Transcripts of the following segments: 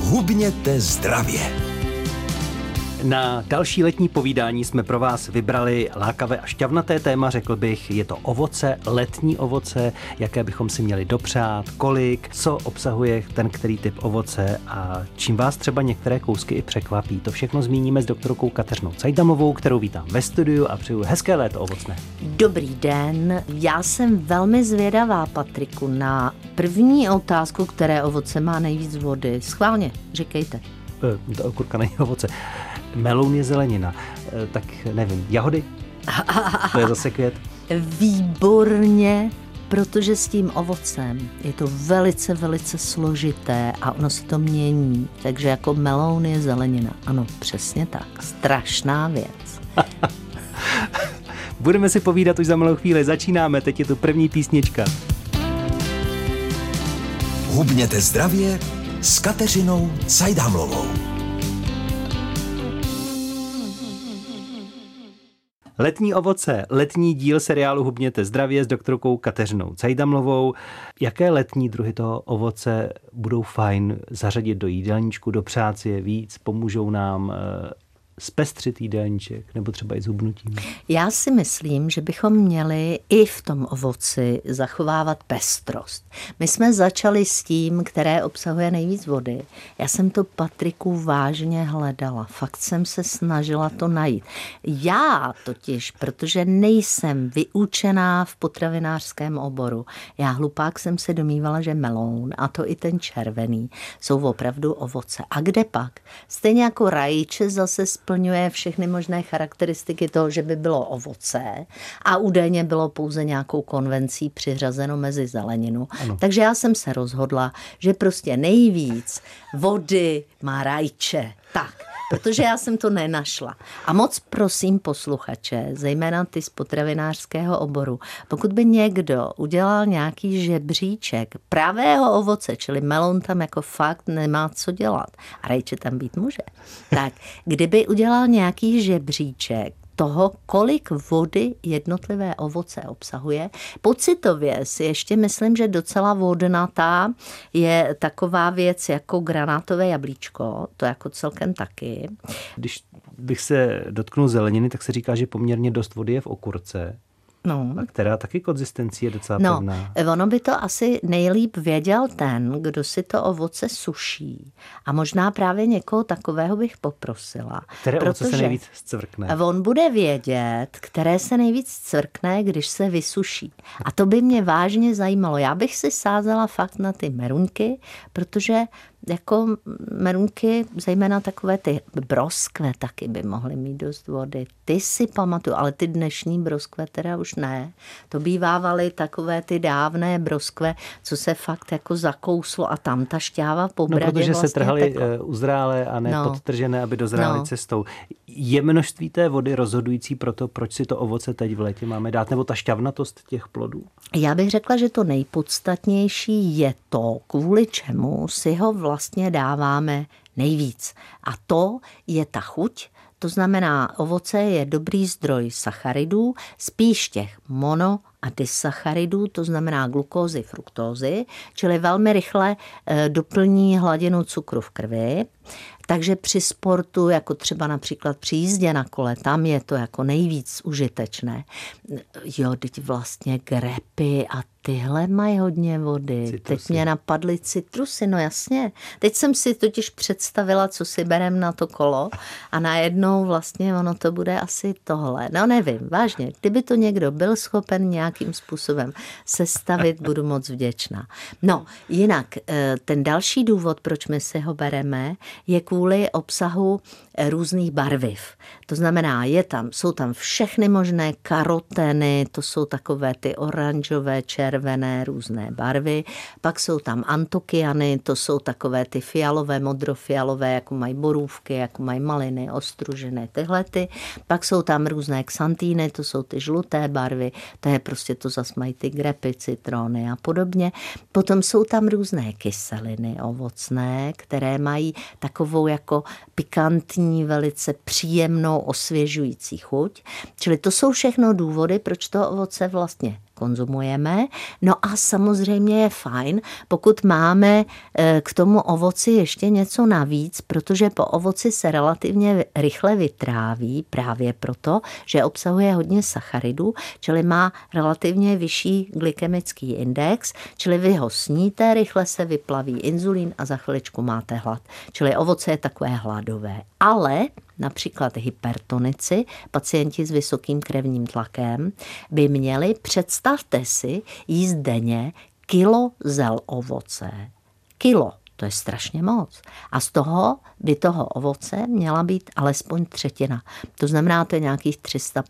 Hubněte zdravě. Na další letní povídání jsme pro vás vybrali lákavé a šťavnaté téma, řekl bych, je to ovoce, letní ovoce, jaké bychom si měli dopřát, kolik, co obsahuje ten který typ ovoce a čím vás třeba některé kousky i překvapí. To všechno zmíníme s doktorkou Kateřinou Cajdamovou, kterou vítám ve studiu a přeju hezké léto ovocné. Dobrý den, já jsem velmi zvědavá, Patriku, na první otázku, které ovoce má nejvíc vody. Schválně, říkejte. To okurka není ovoce. Meloun je zelenina, tak nevím, jahody? To je zase květ? Výborně, protože s tím ovocem je to velice, velice složité a ono se to mění, takže jako meloun je zelenina. Ano, přesně tak, strašná věc. Budeme si povídat už za malou chvíli, začínáme, teď je tu první písnička. Hubněte zdravě s Kateřinou Cajdamovou. Letní ovoce, letní díl seriálu Hubněte zdravě s doktorkou Kateřinou Cajdamovou. Jaké letní druhy toho ovoce budou fajn zařadit do jídelníčku, dopřát si je víc, pomůžou nám zpestřit jídelníček nebo třeba i zhubnutím? Já si myslím, že bychom měli i v tom ovoci zachovávat pestrost. My jsme začali s tím, které obsahuje nejvíc vody. Já jsem to, Patriku, vážně hledala. Fakt jsem se snažila to najít. Já totiž, protože nejsem vyučená v potravinářském oboru, já hlupák jsem se domývala, že meloun, a to i ten červený, jsou opravdu ovoce. A kde pak? Stejně jako rajče zase splňuje všechny možné charakteristiky toho, že by bylo ovoce a údajně bylo pouze nějakou konvencí přiřazeno mezi zeleninu. Ano. Takže já jsem se rozhodla, že prostě nejvíc vody má rajče. Tak, protože já jsem to nenašla. A moc prosím posluchače, zejména ty z potravinářského oboru, pokud by někdo udělal nějaký žebříček pravého ovoce, čili meloun tam jako fakt nemá co dělat, a rajče tam být může, tak kdyby udělal nějaký žebříček toho, kolik vody jednotlivé ovoce obsahuje. Pocitově si ještě myslím, že docela vodnatá je taková věc jako granátové jablíčko, to jako celkem taky. Když bych se dotknul zeleniny, tak se říká, že poměrně dost vody je v okurce. No. A která taky konzistencí je docela pevná. Ono by to asi nejlíp věděl ten, kdo si to ovoce suší. A možná právě někoho takového bych poprosila. Které ovoce se nejvíc zcvrkne? On bude vědět, které se nejvíc zcvrkne, když se vysuší. A to by mě vážně zajímalo. Já bych si sázela fakt na ty meruňky, protože jako merunky, zejména takové ty broskve taky by mohly mít dost vody. Ty si pamatuju, ale ty dnešní broskve teda už ne. To bývávaly takové ty dávné broskve, co se fakt jako zakouslo a tam ta šťáva po bradě protože vlastně se trhaly tekla. Uzrálé a ne podtržené, aby dozrály cestou. Je množství té vody rozhodující pro to, proč si to ovoce teď v létě máme dát, nebo ta šťavnatost těch plodů? Já bych řekla, že to nejpodstatnější je to, kvůli čemu si ho vlastně dáváme nejvíc. A to je ta chuť. To znamená, ovoce je dobrý zdroj sacharidů, spíš těch mono a disacharidů, to znamená glukózy, fruktózy, čili velmi rychle doplní hladinu cukru v krvi. Takže při sportu, jako třeba například při jízdě na kole, tam je to jako nejvíc užitečné. Jo, teď vlastně grepy a tyhle mají hodně vody. Citrusy. Teď mě napadly citrusy, no jasně. Teď jsem si totiž představila, co si berem na to kolo a najednou vlastně ono to bude asi tohle. No nevím, vážně, kdyby to někdo byl schopen nějakým způsobem sestavit, budu moc vděčná. No, jinak ten další důvod, proč my si ho bereme, je kvůli obsahu různých barviv. To znamená, jsou tam všechny možné karoteny, to jsou takové ty oranžové, červené, různé barvy. Pak jsou tam antokyany, to jsou takové ty fialové, modrofialové, jako mají borůvky, jako mají maliny, ostružené, tyhle ty. Pak jsou tam různé xantíny, to jsou ty žluté barvy, to je prostě to zas mají ty grepy, citrony a podobně. Potom jsou tam různé kyseliny ovocné, které mají takovou jako pikantní, velice příjemnou, osvěžující chuť. Čili to jsou všechno důvody, proč to ovoce vlastně konzumujeme. No a samozřejmě je fajn, pokud máme k tomu ovoci ještě něco navíc, protože po ovoci se relativně rychle vytráví právě proto, že obsahuje hodně sacharidů, čili má relativně vyšší glykemický index, čili vy ho sníte, rychle se vyplaví inzulín a za chviličku máte hlad. Čili ovoce je takové hladové. Ale například hypertonici, pacienti s vysokým krevním tlakem, by měli, představte si, jíst denně kilo zel ovoce. Kilo, to je strašně moc. A z toho by toho ovoce měla být alespoň třetina. To znamená, to je nějakých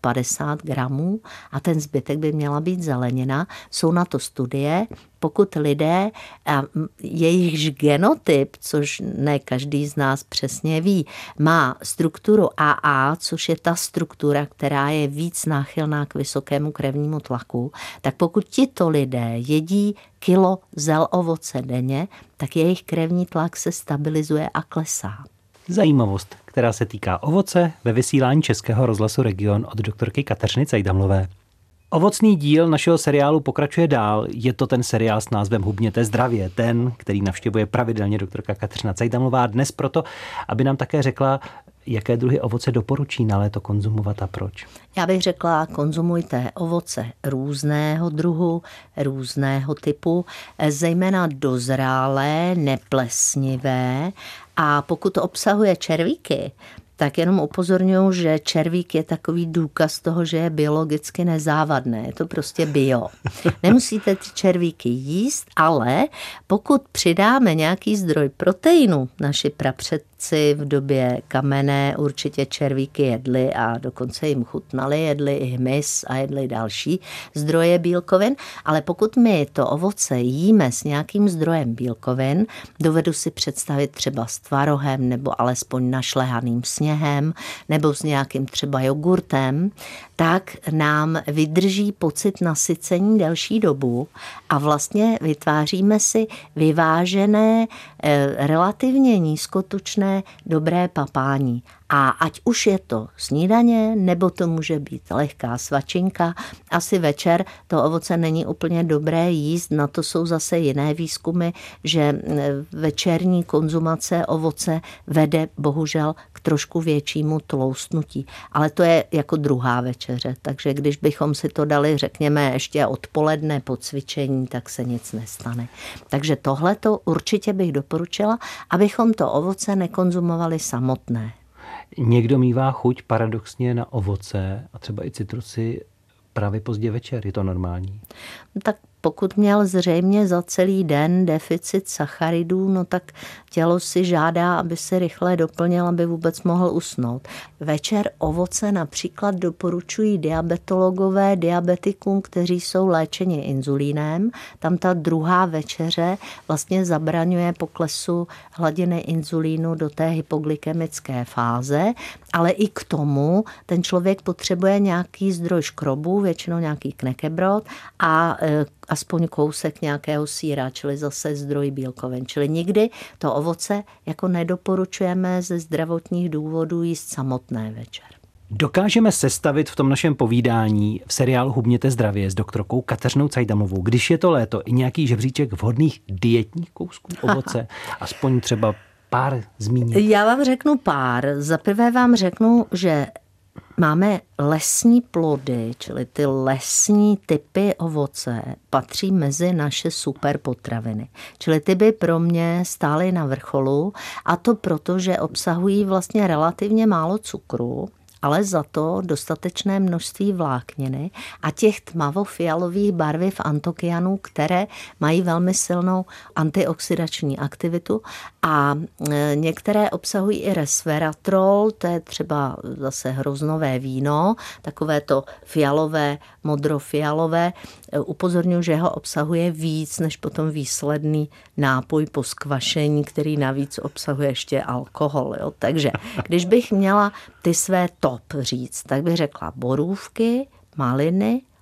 350 gramů a ten zbytek by měla být zelenina. Jsou na to studie, pokud lidé, a jejichž genotyp, což ne každý z nás přesně ví, má strukturu AA, což je ta struktura, která je víc náchylná k vysokému krevnímu tlaku, tak pokud tito lidé jedí kilo zel ovoce denně, tak jejich krevní tlak se stabilizuje a klesá. Zajímavost, která se týká ovoce ve vysílání Českého rozhlasu Region od doktorky Kateřiny Cajdamlové. Ovocný díl našeho seriálu pokračuje dál. Je to ten seriál s názvem Hubněte zdravě, ten, který navštěvuje pravidelně doktorka Kateřina Cajdamlová dnes proto, aby nám také řekla, jaké druhy ovoce doporučí na léto konzumovat a proč. Já bych řekla, konzumujte ovoce různého druhu, různého typu, zejména dozrálé, neplesnivé, a pokud obsahuje červíky, tak jenom upozorňuji, že červík je takový důkaz toho, že je biologicky nezávadné. Je to prostě bio. Nemusíte ty červíky jíst, ale pokud přidáme nějaký zdroj proteinu, naši prapředci v době kamenné určitě červíky jedli a dokonce jim chutnali, jedli i hmyz a jedli další zdroje bílkovin, ale pokud my to ovoce jíme s nějakým zdrojem bílkovin, dovedu si představit třeba s tvarohem nebo alespoň našlehaným sněhem nebo s nějakým třeba jogurtem, tak nám vydrží pocit nasycení delší dobu a vlastně vytváříme si vyvážené, relativně nízkotučné, dobré papání. A ať už je to snídaně, nebo to může být lehká svačinka, asi večer to ovoce není úplně dobré jíst, na to jsou zase jiné výzkumy, že večerní konzumace ovoce vede bohužel k trošku většímu tloustnutí. Ale to je jako druhá večeře, takže když bychom si to dali, řekněme, ještě odpoledne po cvičení, tak se nic nestane. Takže tohleto určitě bych doporučila, abychom to ovoce nekonzumovali samotné. Někdo mívá chuť paradoxně na ovoce a třeba i citrusy právě pozdě večer. Je to normální? Tak pokud měl zřejmě za celý den deficit sacharidů, no tak tělo si žádá, aby se rychle doplnil, aby vůbec mohl usnout. Večer ovoce například doporučují diabetologové diabetikům, kteří jsou léčeni inzulínem. Tam ta druhá večeře vlastně zabraňuje poklesu hladiny inzulínu do té hypoglykemické fáze, ale i k tomu ten člověk potřebuje nějaký zdroj škrobu, většinou nějaký knäckebrot a aspoň kousek nějakého sýra, čili zase zdroj bílkovin. Čili nikdy to ovoce jako nedoporučujeme ze zdravotních důvodů jíst samotné večer. Dokážeme sestavit v tom našem povídání v seriálu Hubněte zdravě s doktorkou Kateřinou Cajdamlovou, když je to léto, i nějaký žebříček vhodných dietních kousků ovoce, aspoň třeba pár zmínit? Já vám řeknu pár. Za prvé vám řeknu, že máme lesní plody, čili ty lesní typy ovoce patří mezi naše superpotraviny. Čili ty by pro mě stály na vrcholu, a to proto, že obsahují vlastně relativně málo cukru, ale za to dostatečné množství vlákniny a těch tmavofialových barviv antokyanů, které mají velmi silnou antioxidační aktivitu, a některé obsahují i resveratrol, to je třeba zase hroznové víno, takové to fialové, modrofialové. Upozorňuji, že ho obsahuje víc než potom výsledný nápoj po skvašení, který navíc obsahuje ještě alkohol. Jo? Takže když bych měla ty své top říct, tak bych řekla borůvky, maliny,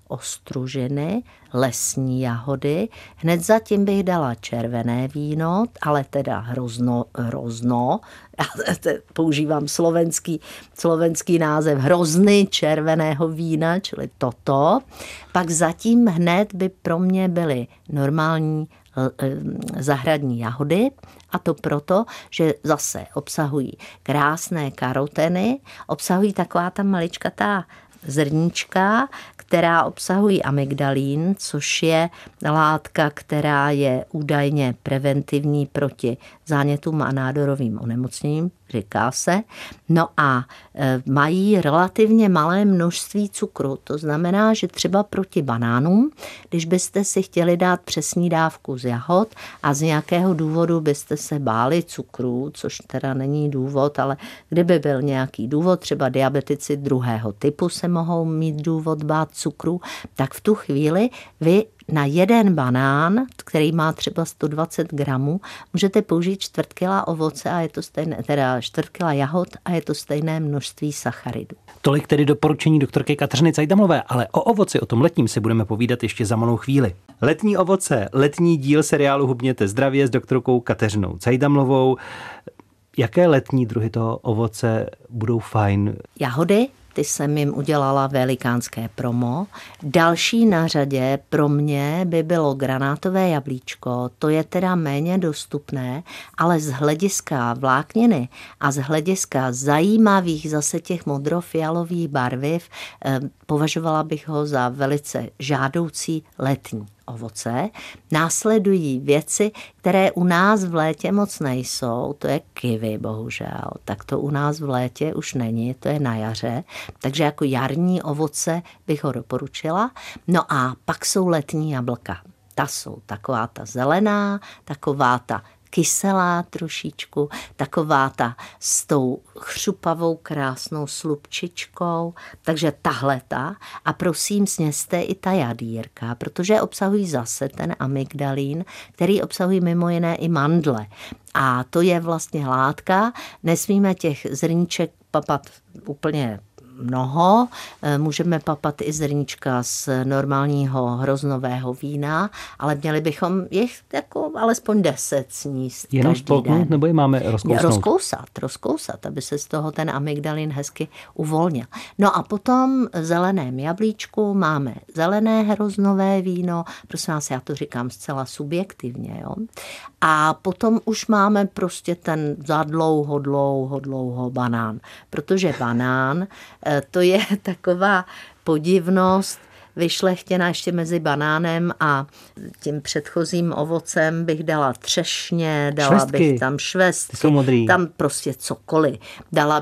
ostružiny, lesní jahody. Hned zatím bych dala červené víno, ale teda hrozno. Já používám slovenský název hrozny červeného vína, čili toto. Pak zatím hned by pro mě byly normální zahradní jahody, a to proto, že zase obsahují krásné karoteny, obsahují taková ta maličkatá zrníčka, která obsahují amygdalín, což je látka, která je údajně preventivní proti zánětům a nádorovým onemocněním, říká se. No a mají relativně malé množství cukru, to znamená, že třeba proti banánům, když byste si chtěli dát přesní dávku z jahod a z nějakého důvodu byste se báli cukru, což teda není důvod, ale kdyby byl nějaký důvod, třeba diabetici druhého typu se mohou mít důvod bát cukru, tak v tu chvíli vy na jeden banán, který má třeba 120 gramů, můžete použít 1/4 kila ovoce a je to stejné, teda 1/4 kila jahod a je to stejné množství sacharidů. Tolik tedy doporučení doktorky Kateřiny Cajdamlové, ale o ovoci, o tom letním si budeme povídat ještě za malou chvíli. Letní ovoce, letní díl seriálu Hubněte zdravě s doktorkou Kateřinou Cajdamlovou. Jaké letní druhy toho ovoce budou fajn? Jahody, ty jsem jim udělala velikánské promo. Další na řadě pro mě by bylo granátové jablíčko. To je teda méně dostupné, ale z hlediska vlákniny a z hlediska zajímavých zase těch modrofialových barviv považovala bych ho za velice žádoucí letní ovoce. Následují věci, které u nás v létě moc nejsou, to je kiwi, bohužel. Tak to u nás v létě už není, to je na jaře. Takže jako jarní ovoce bych ho doporučila. No a pak jsou letní jablka. Ta jsou taková ta zelená, taková ta kyselá trošičku, taková ta s tou chřupavou krásnou slupčičkou, takže tahleta. A prosím, sněste i ta jadýrka, protože obsahují zase ten amygdalín, který obsahují mimo jiné i mandle. A to je vlastně látka, nesmíme těch zrníček papat úplně mnoho, můžeme papat i zrníčka z normálního hroznového vína, ale měli bychom jich jako alespoň 10 sníst jenom každý den. Nebo je máme Rozkousat, aby se z toho ten amygdalin hezky uvolnil. No a potom v zeleném jablíčku máme zelené hroznové víno, prosím vás, já to říkám zcela subjektivně, jo. A potom už máme prostě ten za dlouho banán, protože banán to je taková podivnost, vyšlechtěna ještě mezi banánem a tím předchozím ovocem bych dala třešně, dala bych tam švestky, tam prostě cokoliv. Dala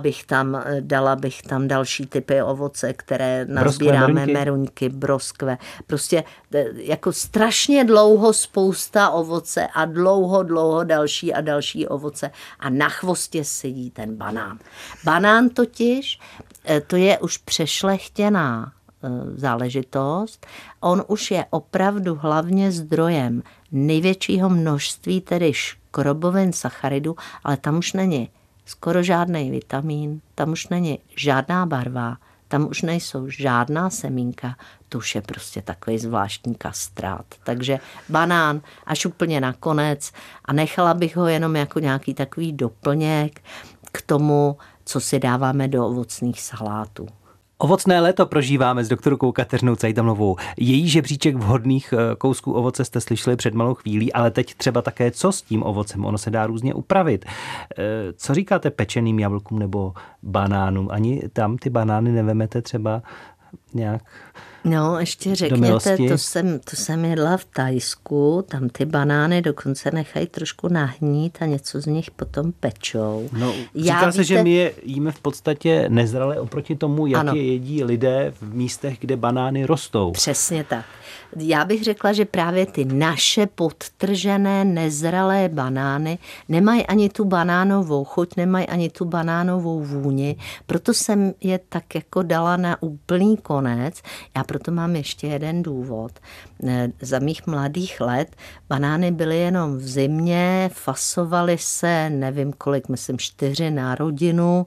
bych tam další typy ovoce, které nazbíráme, meruňky, broskve. Prostě jako strašně dlouho spousta ovoce a dlouho další a další ovoce a na chvostě sedí ten banán. Banán totiž, to je už přešlechtěná záležitost. On už je opravdu hlavně zdrojem největšího množství tedy škrobovin sacharidů, ale tam už není skoro žádný vitamin, tam už není žádná barva, tam už nejsou žádná semínka, to už je prostě takový zvláštní kastrát. Takže banán až úplně nakonec a nechala bych ho jenom jako nějaký takový doplněk k tomu, co si dáváme do ovocných salátů. Ovocné léto prožíváme s doktorkou Kateřinou Cajdamlovou. Její žebříček vhodných kousků ovoce jste slyšeli před malou chvílí, ale teď třeba také co s tím ovocem, ono se dá různě upravit. Co říkáte pečeným jablkům nebo banánům? Ani tam ty banány nevemete třeba nějak? No, ještě řekněte, to jsem jedla v Thajsku, tam ty banány dokonce nechají trošku nahnít a něco z nich potom pečou. No, říká se, že my je jíme v podstatě nezralé oproti tomu, jak je jedí lidé v místech, kde banány rostou. Přesně tak. Já bych řekla, že právě ty naše podtržené, nezralé banány nemají ani tu banánovou chuť, nemají ani tu banánovou vůni, proto jsem je tak jako dala na úplný konec. Já proto mám ještě jeden důvod. Za mých mladých let banány byly jenom v zimě, fasovaly se, nevím kolik, myslím 4 na rodinu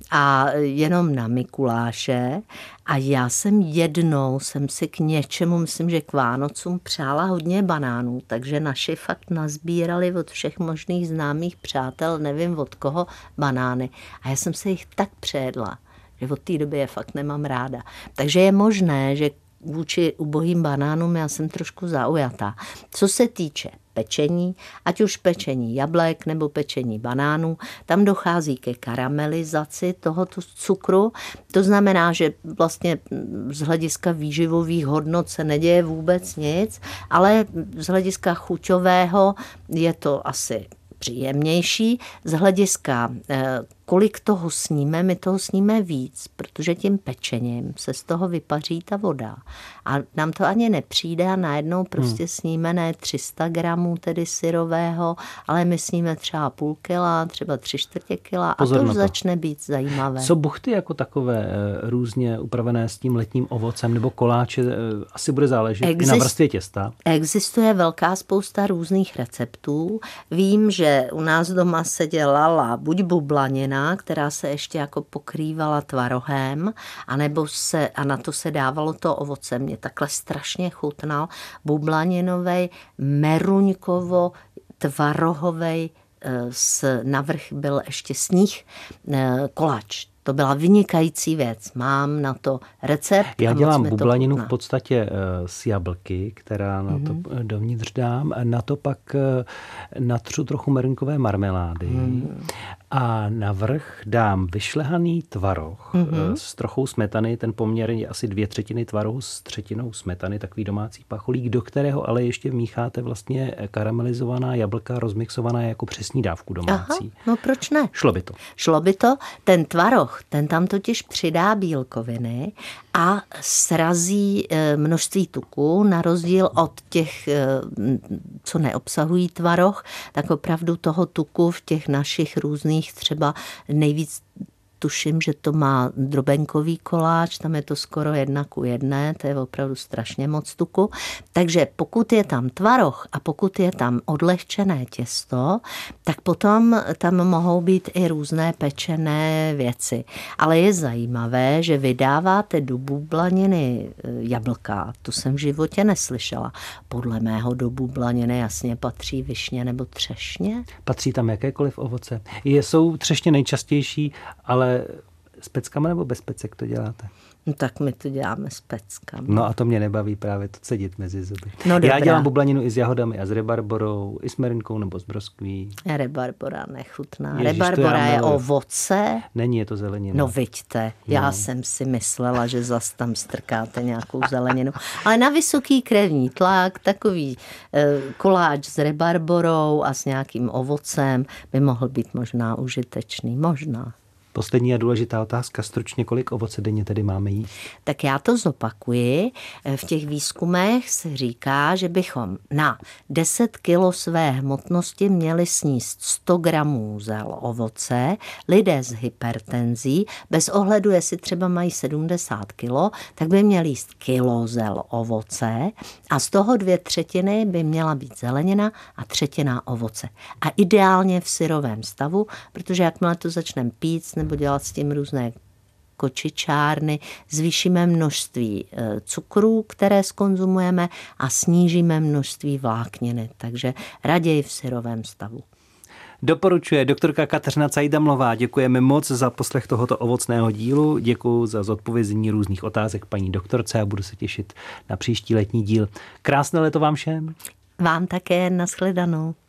a jenom na Mikuláše. A já jednou jsem si k něčemu, myslím, že k Vánocům přála hodně banánů, takže naši fakt nazbírali od všech možných známých přátel, nevím od koho, banány. A já jsem se jich tak přejedla, že od té doby je fakt nemám ráda. Takže je možné, že vůči ubohým banánům já jsem trošku zaujatá. Co se týče pečení, ať už pečení jablek nebo pečení banánů, tam dochází ke karamelizaci tohoto cukru. To znamená, že vlastně z hlediska výživových hodnot se neděje vůbec nic, ale z hlediska chuťového je to asi příjemnější. Z hlediska kolik toho sníme, my toho sníme víc, protože tím pečením se z toho vypaří ta voda. A nám to ani nepřijde a najednou prostě sníme ne 300 gramů tedy syrového, ale my sníme třeba půl kila, třeba 3/4 kila a to už začne být zajímavé. Co buchty jako takové různě upravené s tím letním ovocem nebo koláče, asi bude záležet i na vrstvě těsta? Existuje velká spousta různých receptů. Vím, že u nás doma se dělala buď bublanina, která se ještě jako pokrývala tvarohem, a na to se dávalo to ovoce. Mě takhle strašně chutnal bublaninovej, meruňkovo, tvarohovej, navrch byl ještě sníh, koláč. To byla vynikající věc. Mám na to recept. Já dělám bublaninu v podstatě z jablky, která na to dovnitř dám. Na to pak natřu trochu meruňkové marmelády. A navrch dám vyšlehaný tvaroh s trochou smetany. Ten poměr je asi 2/3 tvarohu s 1/3 smetany, takový domácí pacholík, do kterého ale ještě vmícháte vlastně karamelizovaná jablka, rozmixovaná jako přesní dávku domácí. Aha, no proč ne? Šlo by to. Ten tvaroh, ten tam totiž přidá bílkoviny a srazí množství tuku, na rozdíl od těch, co neobsahují tvaroh, tak opravdu toho tuku v těch našich různých třeba nejvíc tuším, že to má drobenkový koláč, tam je to skoro 1:1, to je opravdu strašně moc tuku. Takže pokud je tam tvaroh a pokud je tam odlehčené těsto, tak potom tam mohou být i různé pečené věci. Ale je zajímavé, že vydáváte do bublaniny jablka, to jsem v životě neslyšela. Podle mého do bublaniny jasně patří višně nebo třešně. Patří tam jakékoliv ovoce. Jsou třešně nejčastější, ale s peckama nebo bez pecek to děláte? No tak my to děláme s peckama. No a to mě nebaví právě to cedit mezi zuby. No já dělám bublaninu i s jahodami a s rebarborou, i s merinkou nebo s broskví. Rebarbora nechutná. Rebarbora je ovoce. Není, je to zelenina. No vidíte, já jsem si myslela, že zas tam strkáte nějakou zeleninu. Ale na vysoký krevní tlak takový koláč s rebarborou a s nějakým ovocem by mohl být možná užitečný. Možná. Poslední a důležitá otázka, stručně, kolik ovoce denně tedy máme jíst? Tak já to zopakuji. V těch výzkumech se říká, že bychom na 10 kilo své hmotnosti měli sníst 100 gramů zel ovoce. Lidé s hypertenzí, bez ohledu, jestli třeba mají 70 kilo, tak by měli jíst kilo zel ovoce a z toho 2/3 by měla být zelenina a 1/3 ovoce. A ideálně v syrovém stavu, protože jakmile to začneme pít nebo dělat s tím různé kočičárny, zvýšíme množství cukrů, které skonzumujeme a snížíme množství vlákniny, takže raději v syrovém stavu. Doporučuje doktorka Kateřina Cajdamlová. Děkujeme moc za poslech tohoto ovocného dílu. Děkuji za zodpovězení různých otázek paní doktorce a budu se těšit na příští letní díl. Krásné léto vám všem. Vám také, nashledanou.